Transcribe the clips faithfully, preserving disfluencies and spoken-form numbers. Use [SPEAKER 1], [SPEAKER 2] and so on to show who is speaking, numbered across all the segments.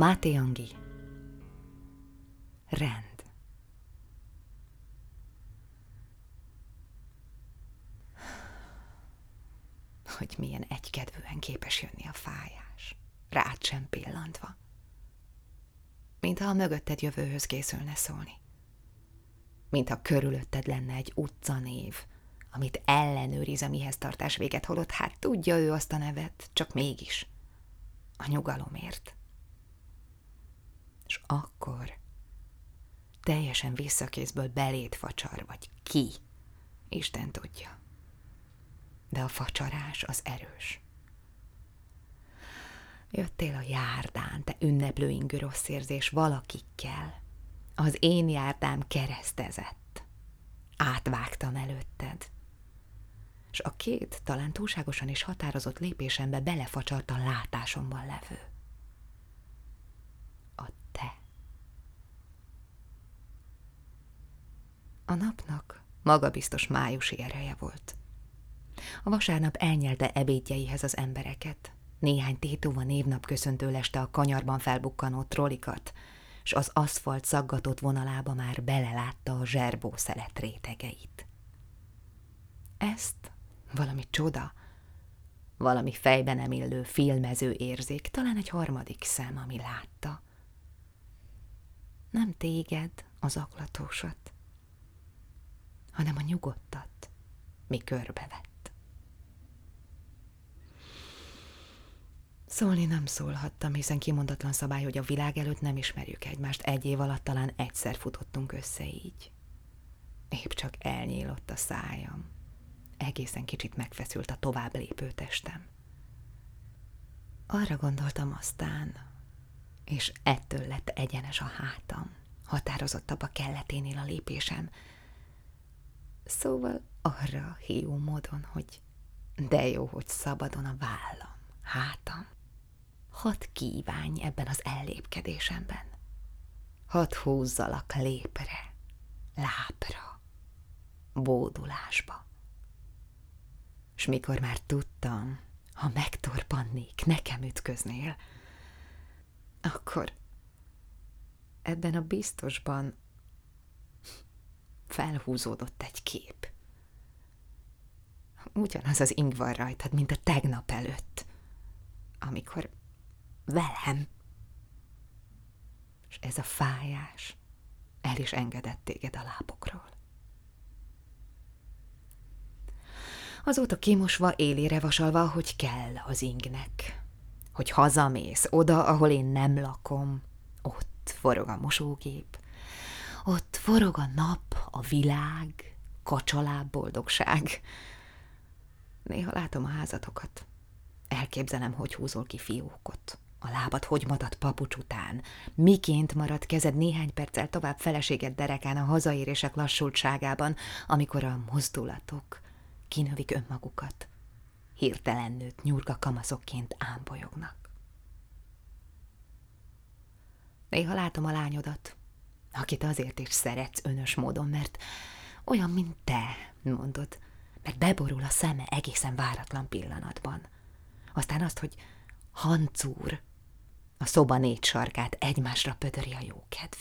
[SPEAKER 1] Máté Angi. Rend. Hogy milyen egykedvűen képes jönni a fájás, rád sem pillantva. Mintha a mögötted jövőhöz készülne szólni. Mintha körülötted lenne egy utcanév, amit ellenőriz a mihez tartás véget, holott hát tudja ő azt a nevet, csak mégis. A nyugalomért. És akkor teljesen visszakészből beléd facsar, vagy ki, Isten tudja. De a facsarás az erős. Jöttél a járdán, te ünneplő ingő rossz érzés valakikkel. Az én járdám keresztezett. Átvágtam előtted. És a két talán túlságosan és határozott lépésembe belefacsart a látásomban levő. A te. A napnak magabiztos májusi ereje volt. A vasárnap elnyelte ebédjeihez az embereket. Néhány tétóva névnap köszöntő leste a kanyarban felbukkanó trolikat, s az aszfalt szaggatott vonalába már belelátta a zserbószelet rétegeit. Ezt valami csoda, valami fejbe nem illő filmező érzék, talán egy harmadik szem, ami látta. Nem téged, az aklatósat, hanem a nyugodtat, mi körbevett. Szólni nem szólhattam, hiszen kimondatlan szabály, hogy a világ előtt nem ismerjük egymást. Egy év alatt talán egyszer futottunk össze így. Épp csak elnyílott a szájam. Egészen kicsit megfeszült a tovább lépő testem. Arra gondoltam aztán, és ettől lett egyenes a hátam. Határozottabb a kelleténél a lépésem. Szóval arra hiú módon, hogy de jó, hogy szabadon a vállam, hátam. Hadd kívánj ebben az ellépkedésemben. Hadd húzzalak lépre, lábra, bódulásba. S mikor már tudtam, ha megtorpannék, nekem ütköznél, akkor ebben a biztosban felhúzódott egy kép. Ugyanaz az ing van rajtad, mint a tegnap előtt, amikor velem. És ez a fájás el is engedett téged a lábokról. Azóta kimosva, élére vasalva, hogy kell az ingnek. Hogy hazamész oda, ahol én nem lakom. Ott forog a mosógép. Ott forog a nap, a világ, kacsaláb boldogság. Néha látom a házatokat. Elképzelem, hogy húzol ki fiókot. A lábad hogy matad papucs után. Miként marad kezed néhány perccel tovább feleséged derekán a hazaérések lassultságában, amikor a mozdulatok kinövik önmagukat. Hirtelen nőtt nyurga kamaszokként ámbolyognak. Néha látom a lányodat, akit azért is szeretsz önös módon, mert olyan, mint te, mondod, mert beborul a szeme egészen váratlan pillanatban. Aztán azt, hogy hancúr, a szoba négy sarkát egymásra pödöri a jókedv.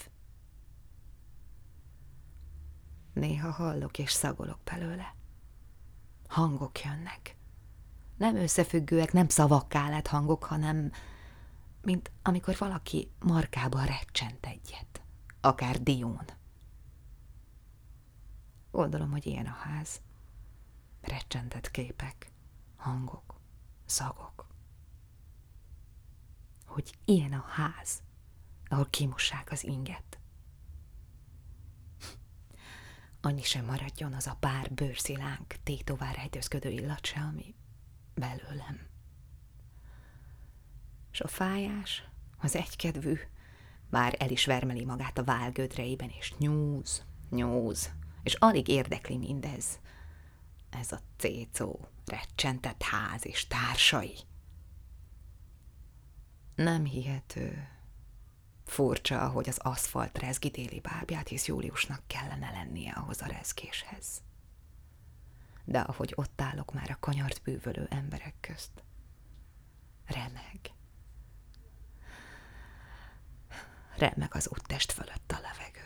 [SPEAKER 1] Néha hallok és szagolok belőle. Hangok jönnek. Nem összefüggőek, nem szavakká lett hangok, hanem mint amikor valaki markában recsent egyet. Akár dión. Gondolom, hogy ilyen a ház. Recsentett képek, hangok, szagok. Hogy ilyen a ház, ahol kimossák az inget. Annyi sem maradjon az a pár bőrszilánk, tétová rejtőzködő illat se, ami belőlem. S a fájás, az egykedvű, már el is vermeli magát a vál gödreiben, és nyúz, nyúz, és alig érdekli mindez. Ez a cécó, recsentett ház és társai. Nem hihető. Furcsa, ahogy az aszfalt rezgi déli bábját, hisz júliusnak kellene lennie ahhoz a rezgéshez. De ahogy ott állok már a kanyart bűvölő emberek közt, remeg. remeg az úttest fölött a levegő.